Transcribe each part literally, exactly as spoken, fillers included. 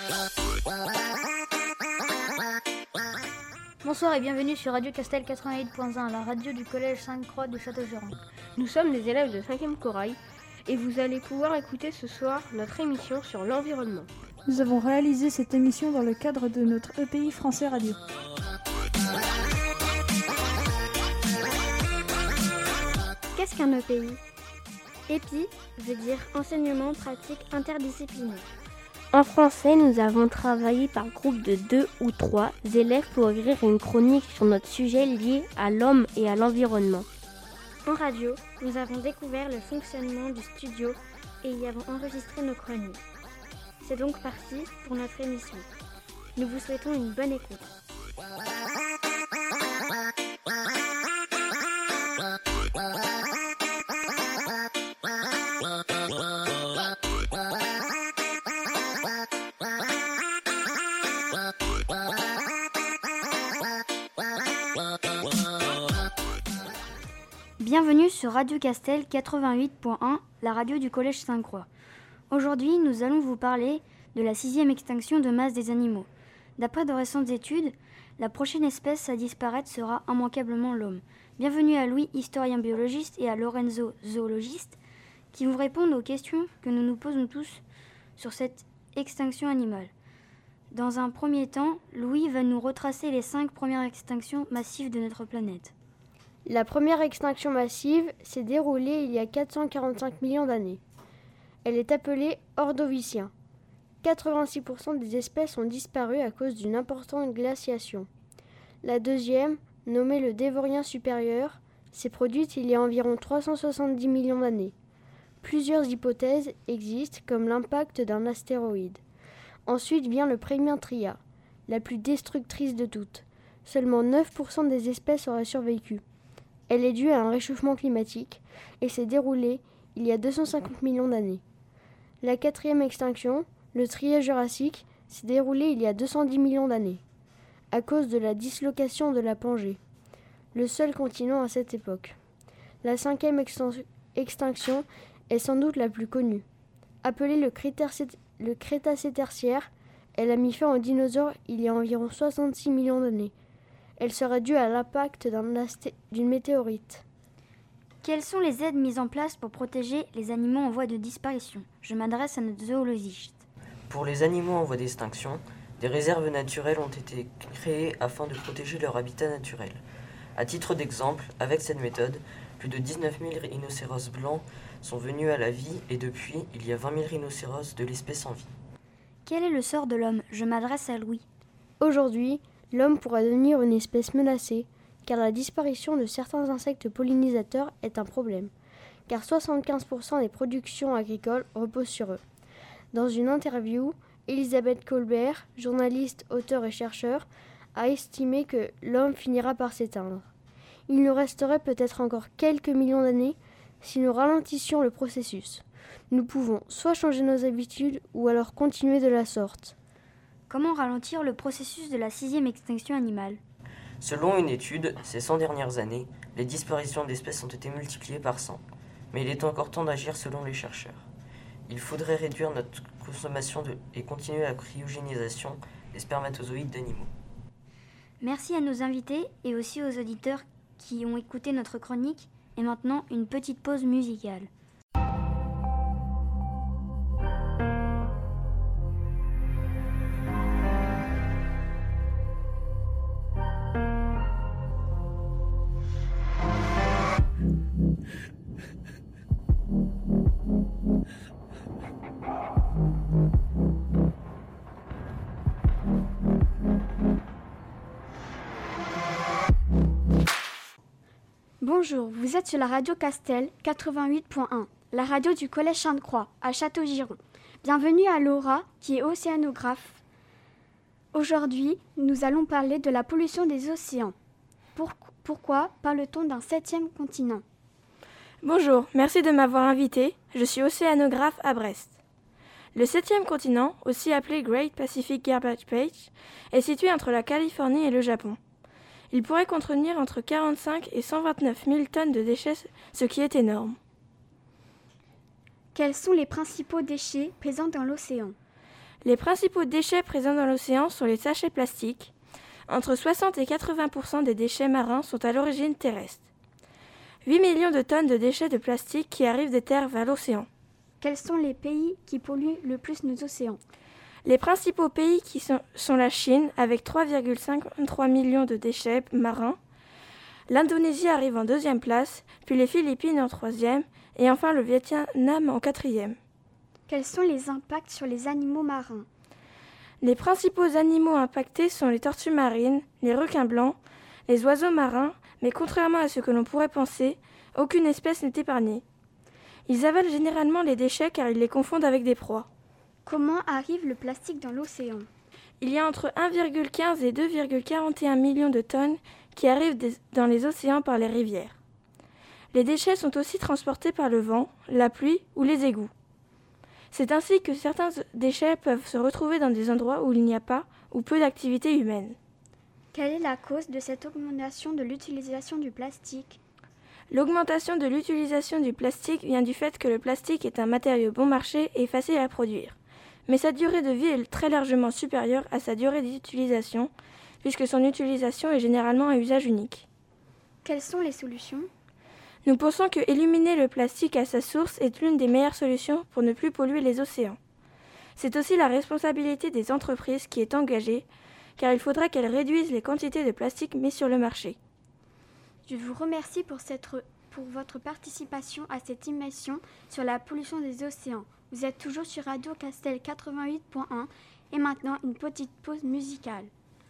Bonsoir et bienvenue sur Radio Castel quatre-vingt-huit point un, la radio du collège Sainte-Croix de Châteaugiron. Nous sommes des élèves de cinquième Corail et vous allez pouvoir écouter ce soir notre émission sur l'environnement. Nous avons réalisé cette émission dans le cadre de notre E P I Français Radio. Qu'est-ce qu'un E P I ? E P I veut dire enseignement pratique interdisciplinaire. En français, nous avons travaillé par groupe de deux ou trois élèves pour écrire une chronique sur notre sujet lié à l'homme et à l'environnement. En radio, nous avons découvert le fonctionnement du studio et y avons enregistré nos chroniques. C'est donc parti pour notre émission. Nous vous souhaitons une bonne écoute. Bienvenue sur Radio Castel quatre-vingt-huit point un, la radio du collège Sainte-Croix. Aujourd'hui, nous allons vous parler de la sixième extinction de masse des animaux. D'après de récentes études, la prochaine espèce à disparaître sera immanquablement l'homme. Bienvenue à Louis, historien biologiste, et à Lorenzo, zoologiste, qui vont répondre aux questions que nous nous posons tous sur cette extinction animale. Dans un premier temps, Louis va nous retracer les cinq premières extinctions massives de notre planète. La première extinction massive s'est déroulée il y a quatre cent quarante-cinq millions d'années. Elle est appelée Ordovicien. quatre-vingt-six pour cent des espèces ont disparu à cause d'une importante glaciation. La deuxième, nommée le Dévorien supérieur, s'est produite il y a environ trois cent soixante-dix millions d'années. Plusieurs hypothèses existent comme l'impact d'un astéroïde. Ensuite vient le Prémien-Tria, la plus destructrice de toutes. Seulement neuf pour cent des espèces auraient survécu. Elle est due à un réchauffement climatique et s'est déroulée il y a deux cent cinquante millions d'années. La quatrième extinction, le Trias jurassique, s'est déroulée il y a deux cent dix millions d'années, à cause de la dislocation de la Pangée, le seul continent à cette époque. La cinquième extin- extinction est sans doute la plus connue. Appelée le, Crétacé- le Crétacé tertiaire, elle a mis fin aux dinosaures il y a environ soixante-six millions d'années. Elle serait due à l'impact d'un asté- d'une météorite. Quelles sont les aides mises en place pour protéger les animaux en voie de disparition ? Je m'adresse à notre zoologiste. Pour les animaux en voie d'extinction, des réserves naturelles ont été créées afin de protéger leur habitat naturel. À titre d'exemple, avec cette méthode, plus de dix-neuf mille rhinocéros blancs sont venus à la vie et depuis, il y a vingt mille rhinocéros de l'espèce en vie. Quel est le sort de l'homme ? Je m'adresse à Louis. Aujourd'hui, l'homme pourrait devenir une espèce menacée, car la disparition de certains insectes pollinisateurs est un problème, car soixante-quinze pour cent des productions agricoles reposent sur eux. Dans une interview, Elisabeth Kolbert, journaliste, auteure et chercheur, a estimé que l'homme finira par s'éteindre. Il nous resterait peut-être encore quelques millions d'années si nous ralentissions le processus. Nous pouvons soit changer nos habitudes ou alors continuer de la sorte. Comment ralentir le processus de la sixième extinction animale ? Selon une étude, ces cent dernières années, les disparitions d'espèces ont été multipliées par cent. Mais il est encore temps d'agir selon les chercheurs. Il faudrait réduire notre consommation de, et continuer la cryogénisation des spermatozoïdes d'animaux. Merci à nos invités et aussi aux auditeurs qui ont écouté notre chronique. Et maintenant, une petite pause musicale. Bonjour, vous êtes sur la radio Castel quatre-vingt-huit point un, la radio du collège Sainte-Croix à Châteaugiron. Bienvenue à Laura, qui est océanographe. Aujourd'hui, nous allons parler de la pollution des océans. Pour, pourquoi parle-t-on d'un septième continent ? Bonjour, merci de m'avoir invité. Je suis océanographe à Brest. Le septième continent, aussi appelé Great Pacific Garbage Patch, est situé entre la Californie et le Japon. Il pourrait contenir entre quarante-cinq et cent vingt-neuf mille tonnes de déchets, ce qui est énorme. Quels sont les principaux déchets présents dans l'océan ? Les principaux déchets présents dans l'océan sont les sachets plastiques. Entre soixante et quatre-vingts pour cent des déchets marins sont à l'origine terrestre. huit millions de tonnes de déchets de plastique qui arrivent des terres vers l'océan. Quels sont les pays qui polluent le plus nos océans? Les principaux pays qui sont, sont la Chine, avec trois virgule cinquante-trois millions de déchets marins. L'Indonésie arrive en deuxième place, puis les Philippines en troisième, et enfin le Vietnam en quatrième. Quels sont les impacts sur les animaux marins? Les principaux animaux impactés sont les tortues marines, les requins blancs, les oiseaux marins, mais contrairement à ce que l'on pourrait penser, aucune espèce n'est épargnée. Ils avalent généralement les déchets car ils les confondent avec des proies. Comment arrive le plastique dans l'océan? Il y a entre un virgule quinze et deux virgule quarante et un millions de tonnes qui arrivent des- dans les océans par les rivières. Les déchets sont aussi transportés par le vent, la pluie ou les égouts. C'est ainsi que certains déchets peuvent se retrouver dans des endroits où il n'y a pas ou peu d'activité humaine. Quelle est la cause de cette augmentation de l'utilisation du plastique? L'augmentation de l'utilisation du plastique vient du fait que le plastique est un matériau bon marché et facile à produire. Mais sa durée de vie est très largement supérieure à sa durée d'utilisation, puisque son utilisation est généralement à usage unique. Quelles sont les solutions? Nous pensons que éliminer le plastique à sa source est l'une des meilleures solutions pour ne plus polluer les océans. C'est aussi la responsabilité des entreprises qui est engagée, car il faudrait qu'elles réduisent les quantités de plastique mises sur le marché. Je vous remercie pour, cette, pour votre participation à cette émission sur la pollution des océans. Vous êtes toujours sur Radio Castel quatre-vingt-huit point un et maintenant une petite pause musicale.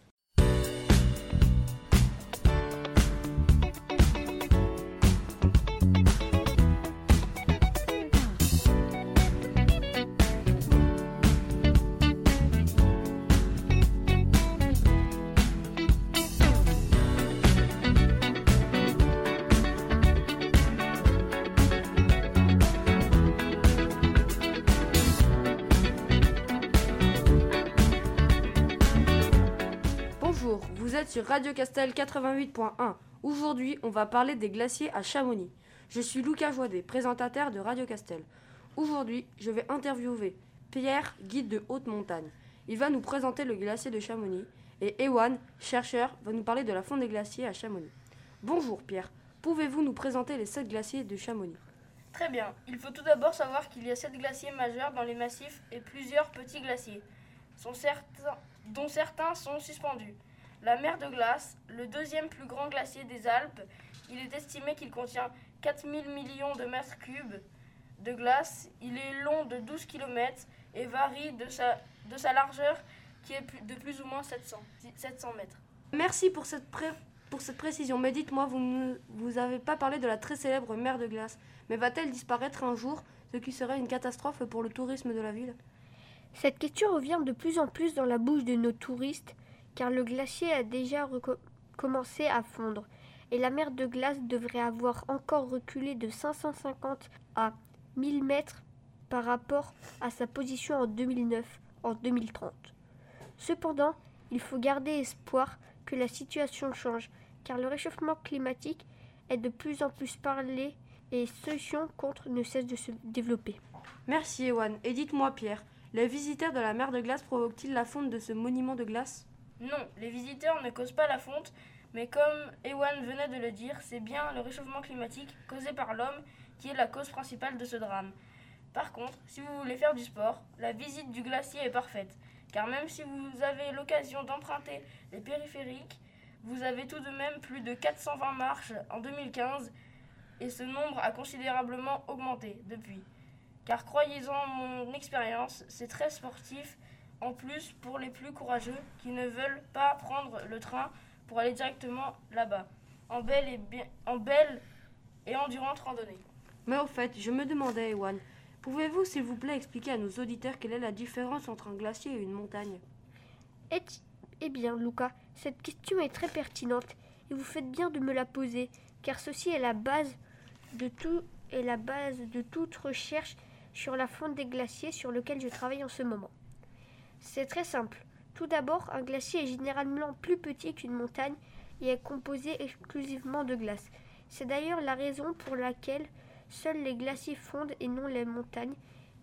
Bonjour, vous êtes sur Radio Castel quatre-vingt-huit point un. Aujourd'hui, on va parler des glaciers à Chamonix. Je suis Lucas Joidet, présentateur de Radio Castel. Aujourd'hui, je vais interviewer Pierre, guide de haute montagne. Il va nous présenter le glacier de Chamonix et Ewan, chercheur, va nous parler de la fonte des glaciers à Chamonix. Bonjour Pierre, pouvez-vous nous présenter les sept glaciers de Chamonix? Très bien. Il faut tout d'abord savoir qu'il y a sept glaciers majeurs dans les massifs et plusieurs petits glaciers, sont certains, dont certains sont suspendus. La mer de glace, le deuxième plus grand glacier des Alpes, il est estimé qu'il contient quatre mille millions de mètres cubes de glace. Il est long de douze kilomètres et varie de sa, de sa largeur qui est de plus ou moins sept cents mètres. Merci pour cette, pré- pour cette précision. Mais dites-moi, vous ne vous avez pas parlé de la très célèbre mer de glace. Mais va-t-elle disparaître un jour, ce qui serait une catastrophe pour le tourisme de la ville? Cette question revient de plus en plus dans la bouche de nos touristes, car le glacier a déjà reco- commencé à fondre, et la mer de glace devrait avoir encore reculé de cinq cent cinquante à mille mètres par rapport à sa position en deux mille neuf, en deux mille trente. Cependant, il faut garder espoir que la situation change, car le réchauffement climatique est de plus en plus parlé et les solutions contre ne cessent de se développer. Merci Ewan. Et dites-moi Pierre, les visiteurs de la mer de glace provoquent-ils la fonte de ce monument de glace? Non, les visiteurs ne causent pas la fonte, mais comme Ewan venait de le dire, c'est bien le réchauffement climatique causé par l'homme qui est la cause principale de ce drame. Par contre, si vous voulez faire du sport, la visite du glacier est parfaite, car même si vous avez l'occasion d'emprunter les périphériques, vous avez tout de même plus de quatre cent vingt marches en deux mille quinze, et ce nombre a considérablement augmenté depuis. Car croyez-en mon expérience, c'est très sportif. En plus, pour les plus courageux qui ne veulent pas prendre le train pour aller directement là-bas, en belle et, bien, en belle et endurante randonnée. Mais au fait, je me demandais, Ewan, pouvez-vous s'il vous plaît expliquer à nos auditeurs quelle est la différence entre un glacier et une montagne? Et, eh bien, Lucas, cette question est très pertinente et vous faites bien de me la poser, car ceci est la base de tout est la base de toute recherche sur la fonte des glaciers sur lequel je travaille en ce moment. C'est très simple. Tout d'abord, un glacier est généralement plus petit qu'une montagne et est composé exclusivement de glace. C'est d'ailleurs la raison pour laquelle seuls les glaciers fondent et non les montagnes.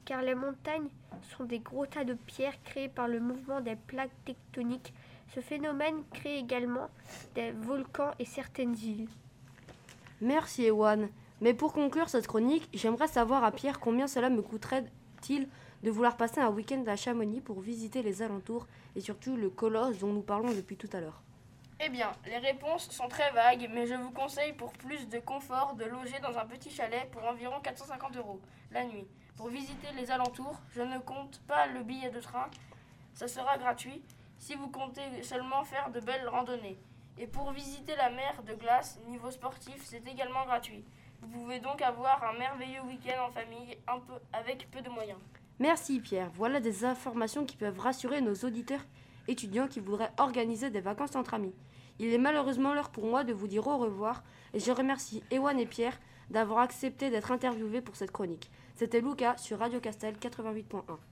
car les montagnes sont des gros tas de pierres créés par le mouvement des plaques tectoniques. Ce phénomène crée également des volcans et certaines îles. Merci Ewan. Mais pour conclure cette chronique, j'aimerais savoir à Pierre combien cela me coûterait-il de vouloir passer un week-end à Chamonix pour visiter les alentours et surtout le colosse dont nous parlons depuis tout à l'heure. Eh bien, les réponses sont très vagues, mais je vous conseille pour plus de confort de loger dans un petit chalet pour environ quatre cent cinquante euros la nuit. Pour visiter les alentours, je ne compte pas le billet de train, ça sera gratuit si vous comptez seulement faire de belles randonnées. Et pour visiter la mer de glace, niveau sportif, c'est également gratuit. Vous pouvez donc avoir un merveilleux week-end en famille un peu, avec peu de moyens. Merci Pierre, voilà des informations qui peuvent rassurer nos auditeurs étudiants qui voudraient organiser des vacances entre amis. Il est malheureusement l'heure pour moi de vous dire au revoir et je remercie Ewan et Pierre d'avoir accepté d'être interviewés pour cette chronique. C'était Lucas sur Radio Castel quatre-vingt-huit point un.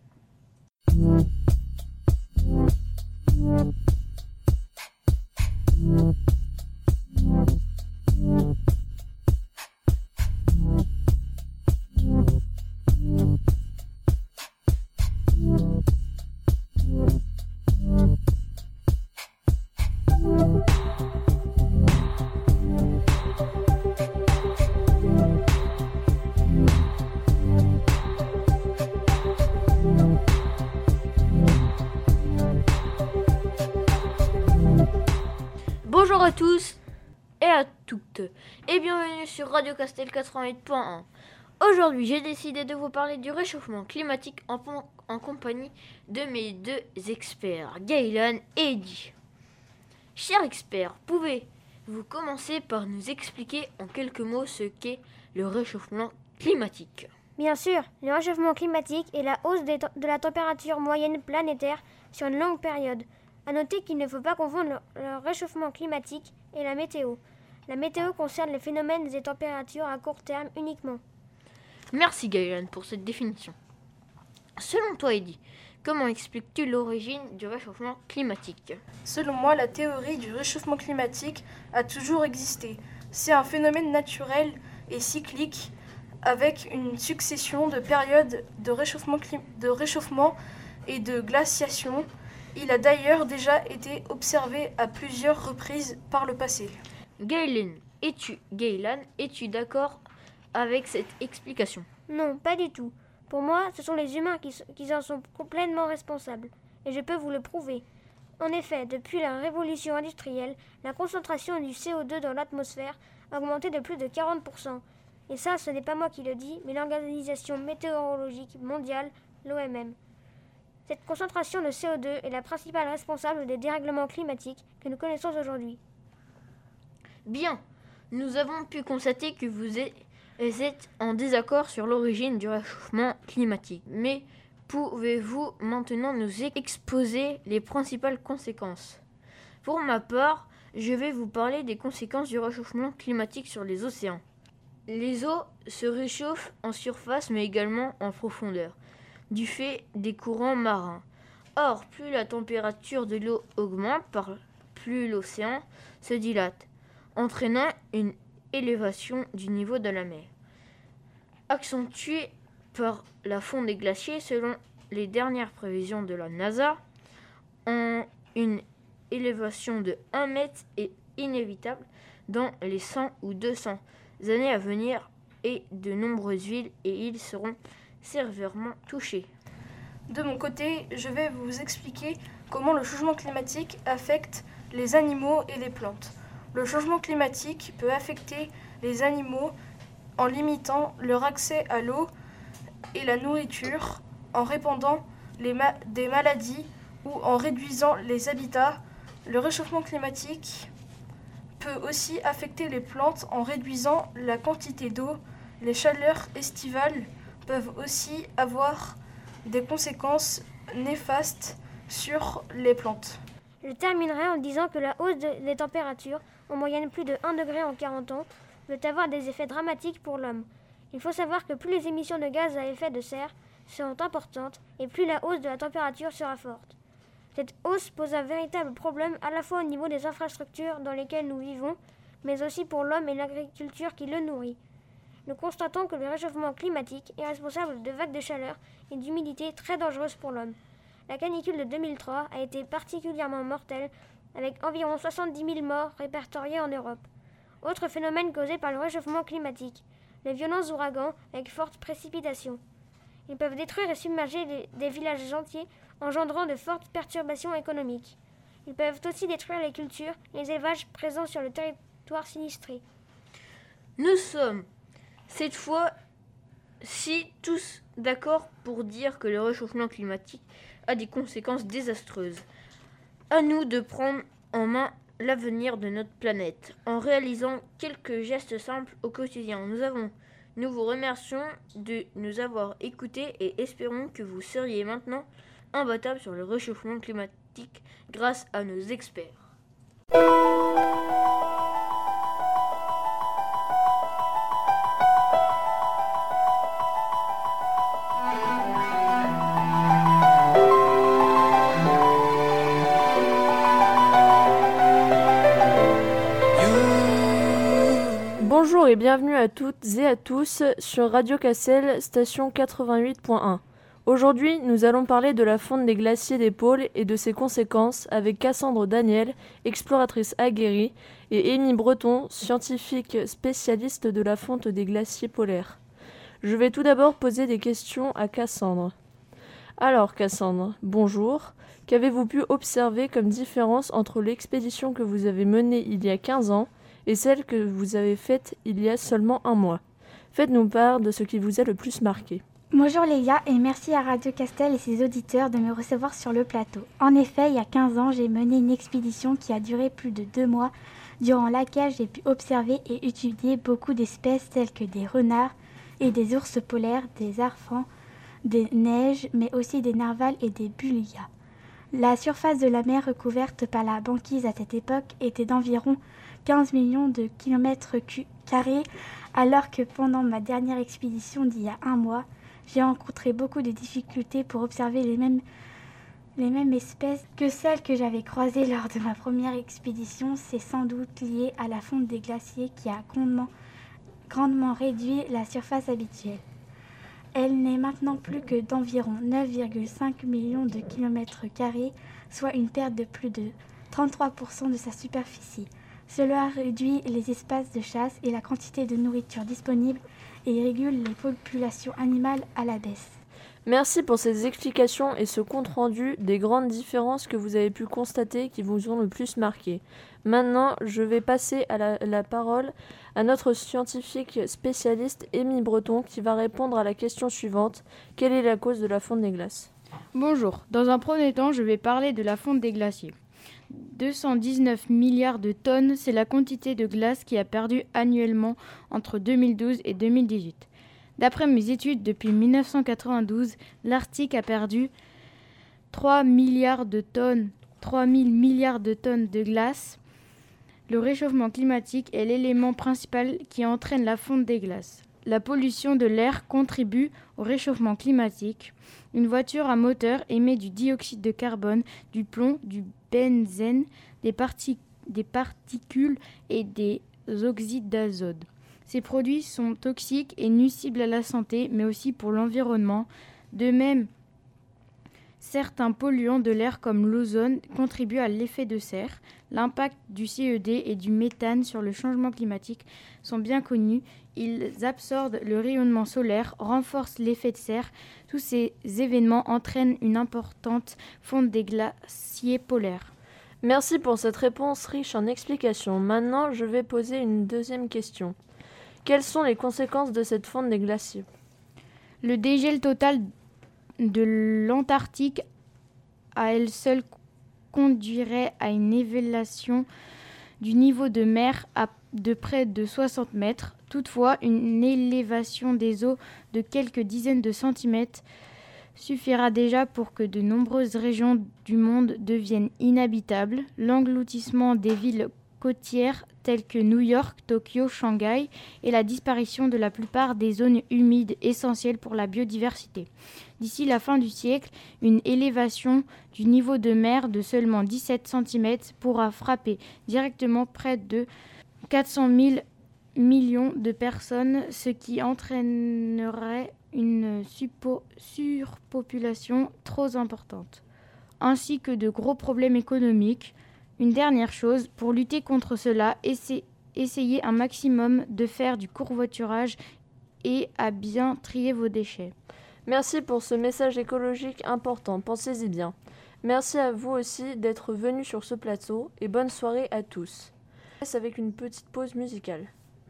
Bonjour à tous et à toutes et bienvenue sur Radio Castel quatre-vingt-huit point un. Aujourd'hui, j'ai décidé de vous parler du réchauffement climatique en, en compagnie de mes deux experts, Gaylan et Eddie. Chers experts, pouvez-vous commencer par nous expliquer en quelques mots ce qu'est le réchauffement climatique ? Bien sûr, le réchauffement climatique est la hausse des de la température moyenne planétaire sur une longue période. A noter qu'il ne faut pas confondre le, le réchauffement climatique et la météo. La météo concerne les phénomènes des températures à court terme uniquement. Merci Gaylan pour cette définition. Selon toi Eddie, comment expliques-tu l'origine du réchauffement climatique ? Selon moi, la théorie du réchauffement climatique a toujours existé. C'est un phénomène naturel et cyclique avec une succession de périodes de réchauffement, clim- de réchauffement et de glaciation. Il a d'ailleurs déjà été observé à plusieurs reprises par le passé. Gaylan, es-tu, Gaylan, es-tu d'accord avec cette explication ? Non, pas du tout. Pour moi, ce sont les humains qui, qui en sont complètement responsables. Et je peux vous le prouver. En effet, depuis la révolution industrielle, la concentration du C O deux dans l'atmosphère a augmenté de plus de quarante pour cent. Et ça, ce n'est pas moi qui le dis, mais l'Organisation météorologique mondiale, l'O M M. Cette concentration de C O deux est la principale responsable des dérèglements climatiques que nous connaissons aujourd'hui. Bien, nous avons pu constater que vous êtes en désaccord sur l'origine du réchauffement climatique. Mais pouvez-vous maintenant nous exposer les principales conséquences ? Pour ma part, je vais vous parler des conséquences du réchauffement climatique sur les océans. Les eaux se réchauffent en surface mais également en profondeur, du fait des courants marins. Or, plus la température de l'eau augmente, plus l'océan se dilate, entraînant une élévation du niveau de la mer. Accentuée par la fonte des glaciers, selon les dernières prévisions de la NASA, en une élévation de un mètre est inévitable dans les cent ou deux cents années à venir et de nombreuses villes et îles seront sévèrement touchées. De mon côté, je vais vous expliquer comment le changement climatique affecte les animaux et les plantes. Le changement climatique peut affecter les animaux en limitant leur accès à l'eau et la nourriture, en répandant les ma- des maladies ou en réduisant les habitats. Le réchauffement climatique peut aussi affecter les plantes en réduisant la quantité d'eau. Les chaleurs estivales peuvent aussi avoir des conséquences néfastes sur les plantes. Je terminerai en disant que la hausse de, des températures, en moyenne plus de un degré en quarante ans, peut avoir des effets dramatiques pour l'homme. Il faut savoir que plus les émissions de gaz à effet de serre seront importantes et plus la hausse de la température sera forte. Cette hausse pose un véritable problème à la fois au niveau des infrastructures dans lesquelles nous vivons, mais aussi pour l'homme et l'agriculture qui le nourrit. Nous constatons que le réchauffement climatique est responsable de vagues de chaleur et d'humidité très dangereuses pour l'homme. La canicule de deux mille trois a été particulièrement mortelle, avec environ soixante-dix mille morts répertoriés en Europe. Autre phénomène causé par le réchauffement climatique, les violents ouragans avec fortes précipitations. Ils peuvent détruire et submerger des, des villages entiers, engendrant de fortes perturbations économiques. Ils peuvent aussi détruire les cultures et les élevages présents sur le territoire sinistré. Nous sommes, cette fois-ci, tous d'accord pour dire que le réchauffement climatique a des conséquences désastreuses. À nous de prendre en main l'avenir de notre planète en réalisant quelques gestes simples au quotidien. Nous avons, nous vous remercions de nous avoir écoutés et espérons que vous seriez maintenant imbattables sur le réchauffement climatique grâce à nos experts. Bonjour et bienvenue à toutes et à tous sur Radio Castel, station quatre-vingt-huit point un. Aujourd'hui, nous allons parler de la fonte des glaciers des pôles et de ses conséquences avec Cassandre Daniel, exploratrice aguerrie, et Amy Breton, scientifique spécialiste de la fonte des glaciers polaires. Je vais tout d'abord poser des questions à Cassandre. Alors Cassandre, bonjour. Qu'avez-vous pu observer comme différence entre l'expédition que vous avez menée il y a quinze ans et celle que vous avez faite il y a seulement un mois? Faites-nous part de ce qui vous a le plus marqué. Bonjour les gars et merci à Radio Castel et ses auditeurs de me recevoir sur le plateau. En effet, il y a quinze ans, j'ai mené une expédition qui a duré plus de deux mois, durant laquelle j'ai pu observer et étudier beaucoup d'espèces telles que des renards et des ours polaires, des harfans, des neiges, mais aussi des narvals et des bulias. La surface de la mer recouverte par la banquise à cette époque était d'environ quinze millions de kilomètres carrés, alors que pendant ma dernière expédition d'il y a un mois, j'ai rencontré beaucoup de difficultés pour observer les mêmes, les mêmes espèces que celles que j'avais croisées lors de ma première expédition. C'est sans doute lié à la fonte des glaciers qui a grandement, grandement réduit la surface habituelle. Elle n'est maintenant plus que d'environ neuf virgule cinq millions de kilomètres carrés, soit une perte de plus de trente-trois pour cent de sa superficie. Cela réduit les espaces de chasse et la quantité de nourriture disponible et régule les populations animales à la baisse. Merci pour ces explications et ce compte-rendu des grandes différences que vous avez pu constater qui vous ont le plus marqué. Maintenant, je vais passer à la, la parole à notre scientifique spécialiste Amy Breton qui va répondre à la question suivante. Quelle est la cause de la fonte des glaces ? Bonjour, dans un premier temps, je vais parler de la fonte des glaciers. deux cent dix-neuf milliards de tonnes, c'est la quantité de glace qui a perdu annuellement entre deux mille douze et deux mille dix-huit. D'après mes études, depuis mille neuf cent quatre-vingt-douze, l'Arctique a perdu trois milliards de tonnes, trois mille milliards de tonnes de glace. Le réchauffement climatique est l'élément principal qui entraîne la fonte des glaces. La pollution de l'air contribue au réchauffement climatique. Une voiture à moteur émet du dioxyde de carbone, du plomb, du benzène, des, partic- des particules et des oxydes d'azote. Ces produits sont toxiques et nuisibles à la santé, mais aussi pour l'environnement. De même, certains polluants de l'air comme l'ozone contribuent à l'effet de serre. L'impact du C O deux et du méthane sur le changement climatique sont bien connus. Ils absorbent le rayonnement solaire, renforcent l'effet de serre. Tous ces événements entraînent une importante fonte des glaciers polaires. Merci pour cette réponse riche en explications. Maintenant, je vais poser une deuxième question. Quelles sont les conséquences de cette fonte des glaciers ? Le dégel total de l'Antarctique à elle seule conduirait à une élévation du niveau de mer à de près de soixante mètres. Toutefois, une élévation des eaux de quelques dizaines de centimètres suffira déjà pour que de nombreuses régions du monde deviennent inhabitables. L'engloutissement des villes côtières telles que New York, Tokyo, Shanghai et la disparition de la plupart des zones humides essentielles pour la biodiversité. D'ici la fin du siècle, une élévation du niveau de mer de seulement dix-sept centimètres pourra frapper directement près de quatre cent mille millions de personnes, ce qui entraînerait une suppo- surpopulation trop importante, ainsi que de gros problèmes économiques. Une dernière chose, pour lutter contre cela, essa- essayez un maximum de faire du covoiturage et à bien trier vos déchets. Merci pour ce message écologique important, pensez-y bien. Merci à vous aussi d'être venus sur ce plateau et bonne soirée à tous. On laisse avec une petite pause musicale.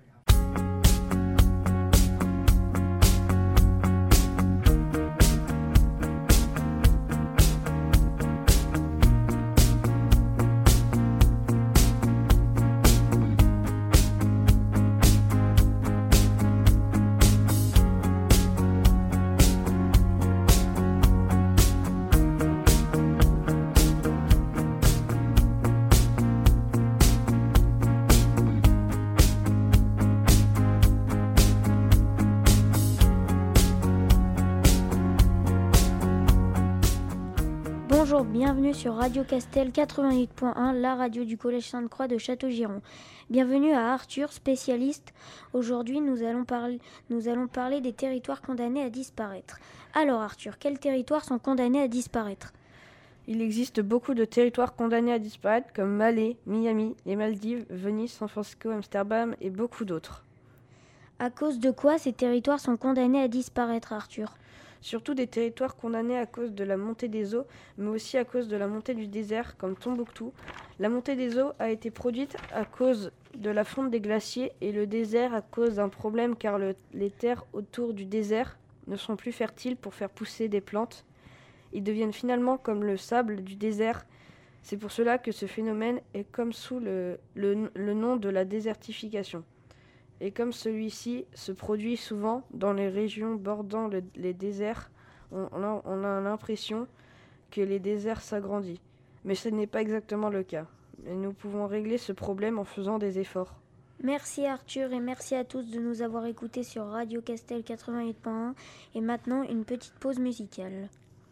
Bonjour, bienvenue sur Radio Castel quatre-vingt-huit point un, la radio du Collège Sainte-Croix de Château-Giron. Bienvenue à Arthur, spécialiste. Aujourd'hui, nous allons, parler, nous allons parler des territoires condamnés à disparaître. Alors Arthur, quels territoires sont condamnés à disparaître ? Il existe beaucoup de territoires condamnés à disparaître comme Malé, Miami, les Maldives, Venise, San Francisco, Amsterdam et beaucoup d'autres. À cause de quoi ces territoires sont condamnés à disparaître, Arthur ? Surtout des territoires condamnés à cause de la montée des eaux, mais aussi à cause de la montée du désert, comme Tombouctou. La montée des eaux a été produite à cause de la fonte des glaciers et le désert à cause d'un problème car le, les terres autour du désert ne sont plus fertiles pour faire pousser des plantes. Ils deviennent finalement comme le sable du désert. C'est pour cela que ce phénomène est comme sous le, le, le nom de la désertification. Et comme celui-ci se produit souvent dans les régions bordant le, les déserts, on, on, a, on a l'impression que les déserts s'agrandissent. Mais ce n'est pas exactement le cas. Et nous pouvons régler ce problème en faisant des efforts. Merci Arthur et merci à tous de nous avoir écoutés sur Radio Castel quatre-vingt-huit point un. Et maintenant, une petite pause musicale.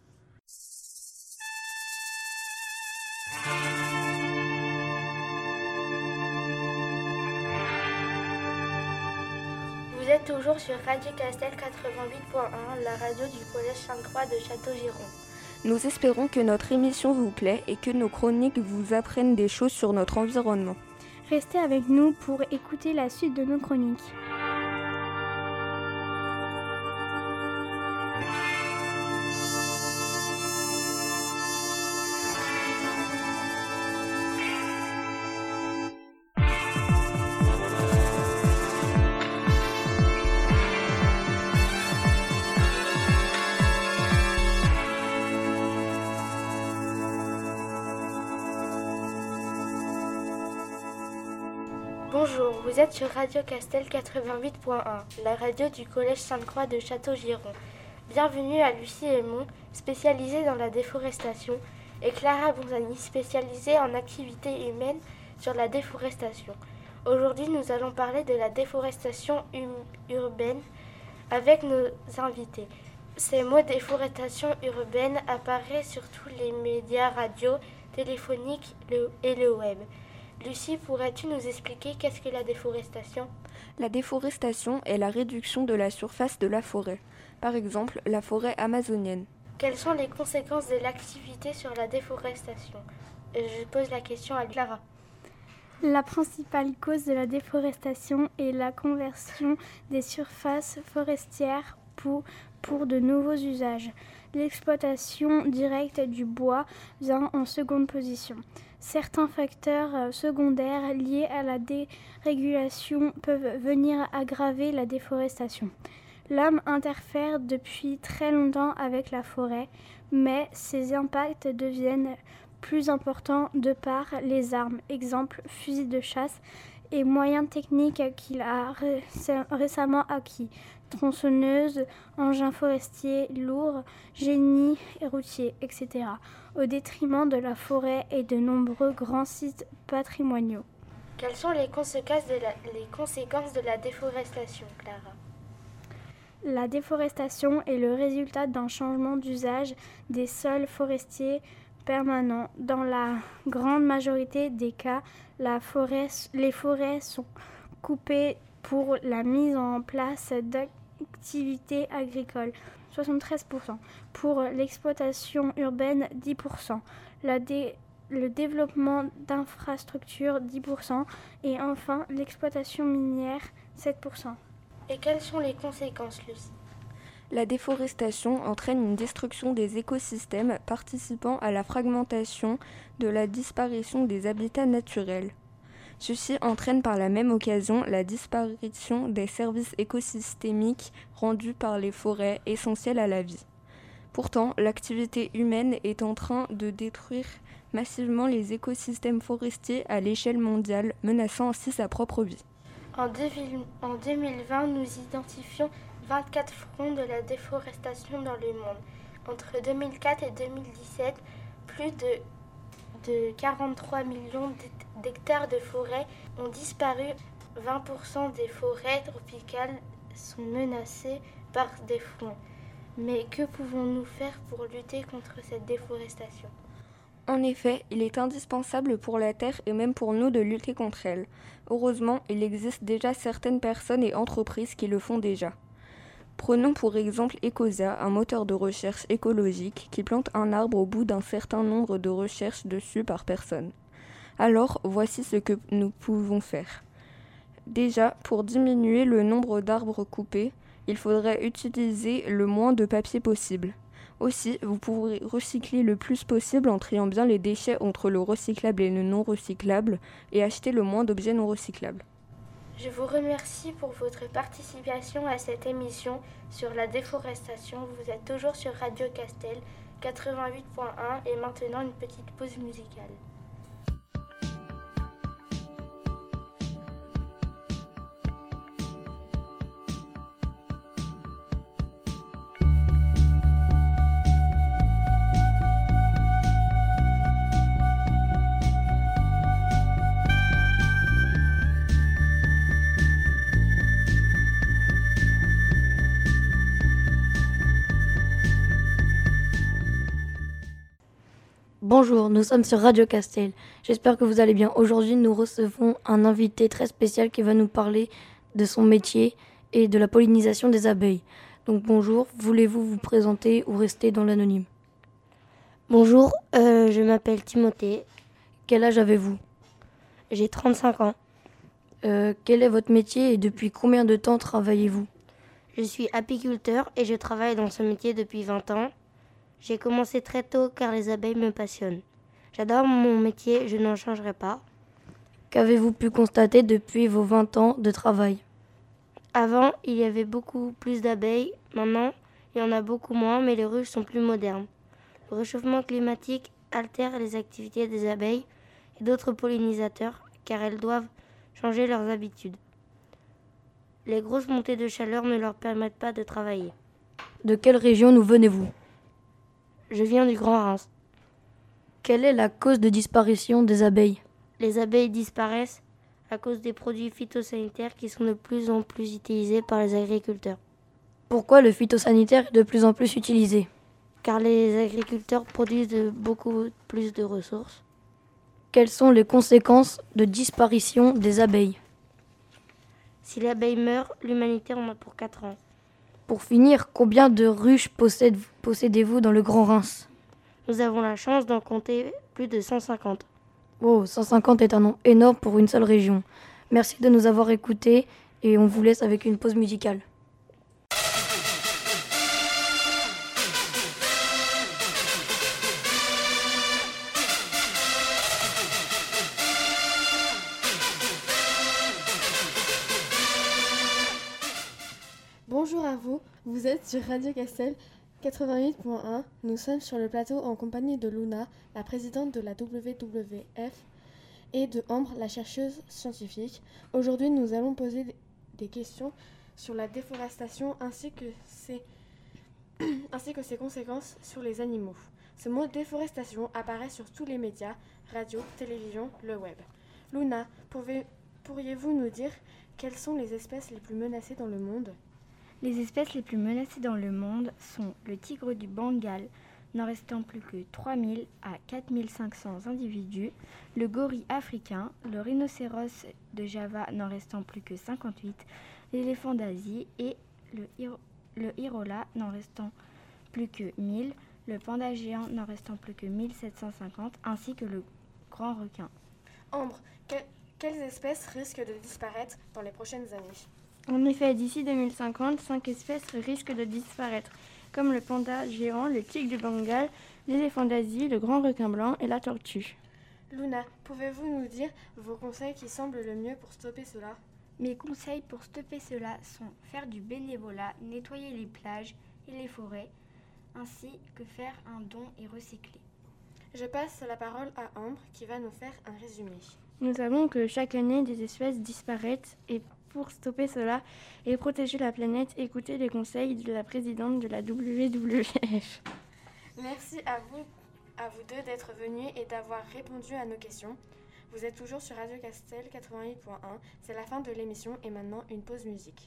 Vous êtes toujours sur Radio Castel quatre-vingt-huit point un, la radio du Collège Sainte-Croix de Château-Giron. Nous espérons que notre émission vous plaît et que nos chroniques vous apprennent des choses sur notre environnement. Restez avec nous pour écouter la suite de nos chroniques. Bonjour, vous êtes sur Radio Castel quatre-vingt-huit point un, la radio du Collège Sainte-Croix de Château-Giron. Bienvenue à Lucie Aymon, spécialisée dans la déforestation, et Clara Bonzani, spécialisée en activités humaines sur la déforestation. Aujourd'hui, nous allons parler de la déforestation hum- urbaine avec nos invités. Ces mots déforestation urbaine apparaissent sur tous les médias radio, téléphoniques le- et le web. Lucie, pourrais-tu nous expliquer qu'est-ce que la déforestation ? La déforestation est la réduction de la surface de la forêt. Par exemple, la forêt amazonienne. Quelles sont les conséquences de l'activité sur la déforestation ? Je pose la question à Clara. La principale cause de la déforestation est la conversion des surfaces forestières pour, pour de nouveaux usages. L'exploitation directe du bois vient en seconde position. Certains facteurs secondaires liés à la dérégulation peuvent venir aggraver la déforestation. L'homme interfère depuis très longtemps avec la forêt, mais ses impacts deviennent plus importants de par les armes, exemple fusils de chasse et moyens techniques qu'il a ré- récemment acquis, tronçonneuses, engins forestiers lourds, génies routiers, et cetera, au détriment de la forêt et de nombreux grands sites patrimoniaux. Quelles sont les conséquences de la, les conséquences de la déforestation, Clara ? La déforestation est le résultat d'un changement d'usage des sols forestiers permanent. Dans la grande majorité des cas, la forêt, les forêts sont coupées pour la mise en place d'activités agricoles, soixante-treize pour cent. Pour l'exploitation urbaine, dix pour cent. La dé- le développement d'infrastructures, dix pour cent. Et enfin, l'exploitation minière, sept pour cent. Et quelles sont les conséquences, Lucie ? La déforestation entraîne une destruction des écosystèmes participant à la fragmentation de la disparition des habitats naturels. Ceci entraîne par la même occasion la disparition des services écosystémiques rendus par les forêts essentielles à la vie. Pourtant, l'activité humaine est en train de détruire massivement les écosystèmes forestiers à l'échelle mondiale, menaçant ainsi sa propre vie. En deux mille vingt, nous identifions vingt-quatre fronts de la déforestation dans le monde. Entre deux mille quatre et deux mille dix-sept, plus de, de quarante-trois millions d'hectares de forêts ont disparu. vingt pour cent des forêts tropicales sont menacées par des fronts. Mais que pouvons-nous faire pour lutter contre cette déforestation ? En effet, il est indispensable pour la Terre et même pour nous de lutter contre elle. Heureusement, il existe déjà certaines personnes et entreprises qui le font déjà. Prenons pour exemple Ecosia, un moteur de recherche écologique qui plante un arbre au bout d'un certain nombre de recherches dessus par personne. Alors, voici ce que nous pouvons faire. Déjà, pour diminuer le nombre d'arbres coupés, il faudrait utiliser le moins de papier possible. Aussi, vous pourrez recycler le plus possible en triant bien les déchets entre le recyclable et le non recyclable et acheter le moins d'objets non recyclables. Je vous remercie pour votre participation à cette émission sur la déforestation. Vous êtes toujours sur Radio Castel quatre-vingt-huit point un et maintenant une petite pause musicale. Bonjour, nous sommes sur Radio Castel. J'espère que vous allez bien. Aujourd'hui, nous recevons un invité très spécial qui va nous parler de son métier et de la pollinisation des abeilles. Donc bonjour, voulez-vous vous présenter ou rester dans l'anonyme ? Bonjour, euh, je m'appelle Timothée. Quel âge avez-vous ? J'ai trente-cinq ans. Euh, quel est votre métier et depuis combien de temps travaillez-vous ? Je suis apiculteur et je travaille dans ce métier depuis vingt ans. J'ai commencé très tôt car les abeilles me passionnent. J'adore mon métier, je n'en changerai pas. Qu'avez-vous pu constater depuis vos vingt ans de travail ? Avant, il y avait beaucoup plus d'abeilles. Maintenant, il y en a beaucoup moins, mais les ruches sont plus modernes. Le réchauffement climatique altère les activités des abeilles et d'autres pollinisateurs car elles doivent changer leurs habitudes. Les grosses montées de chaleur ne leur permettent pas de travailler. De quelle région nous venez-vous ? Je viens du Grand Reims. Quelle est la cause de disparition des abeilles ? Les abeilles disparaissent à cause des produits phytosanitaires qui sont de plus en plus utilisés par les agriculteurs. Pourquoi le phytosanitaire est de plus en plus utilisé ? Car les agriculteurs produisent de beaucoup plus de ressources. Quelles sont les conséquences de disparition des abeilles ? Si l'abeille meurt, l'humanité en a pour quatre ans. Pour finir, combien de ruches possède, possédez-vous dans le Grand Reims ? Nous avons la chance d'en compter plus de cent cinquante. Oh, cent cinquante est un nombre énorme pour une seule région. Merci de nous avoir écoutés et on vous laisse avec une pause musicale. Bonjour à vous, vous êtes sur Radio Castel quatre-vingt-huit point un. Nous sommes sur le plateau en compagnie de Luna, la présidente de la W W F, et de Ambre, la chercheuse scientifique. Aujourd'hui, nous allons poser des questions sur la déforestation ainsi que ses, ainsi que ses conséquences sur les animaux. Ce mot déforestation apparaît sur tous les médias, radio, télévision, le web. Luna, pouvez, pourriez-vous nous dire quelles sont les espèces les plus menacées dans le monde ? Les espèces les plus menacées dans le monde sont le tigre du Bengale, n'en restant plus que trois mille à quatre mille cinq cents individus, le gorille africain, le rhinocéros de Java n'en restant plus que cinquante-huit, l'éléphant d'Asie et le, hiro- le hirola n'en restant plus que mille, le panda géant n'en restant plus que mille sept cent cinquante, ainsi que le grand requin. Ambre, que- quelles espèces risquent de disparaître dans les prochaines années? En effet, d'ici deux mille cinquante, cinq espèces risquent de disparaître, comme le panda géant, le tigre du Bengale, l'éléphant d'Asie, le grand requin blanc et la tortue. Luna, pouvez-vous nous dire vos conseils qui semblent le mieux pour stopper cela? Mes conseils pour stopper cela sont faire du bénévolat, nettoyer les plages et les forêts, ainsi que faire un don et recycler. Je passe la parole à Ambre qui va nous faire un résumé. Nous savons que chaque année, des espèces disparaissent et pour stopper cela et protéger la planète, écoutez les conseils de la présidente de la W W F. Merci à vous, à vous deux d'être venus et d'avoir répondu à nos questions. Vous êtes toujours sur Radio Castel quatre-vingt-huit point un. C'est la fin de l'émission et maintenant une pause musique.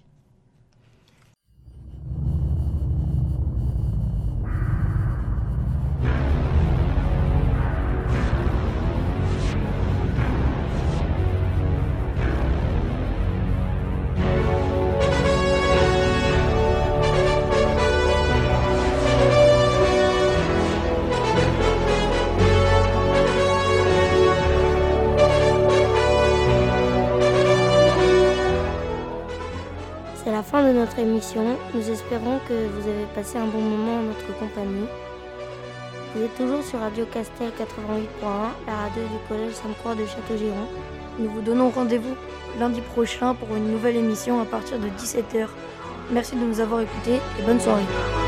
C'est la fin de notre émission. Nous espérons que vous avez passé un bon moment en notre compagnie. Vous êtes toujours sur Radio Castel quatre-vingt-huit point un, la radio du Collège Sainte-Croix de Châteaugiron. Nous vous donnons rendez-vous lundi prochain pour une nouvelle émission à partir de dix-sept heures. Merci de nous avoir écoutés et bonne soirée.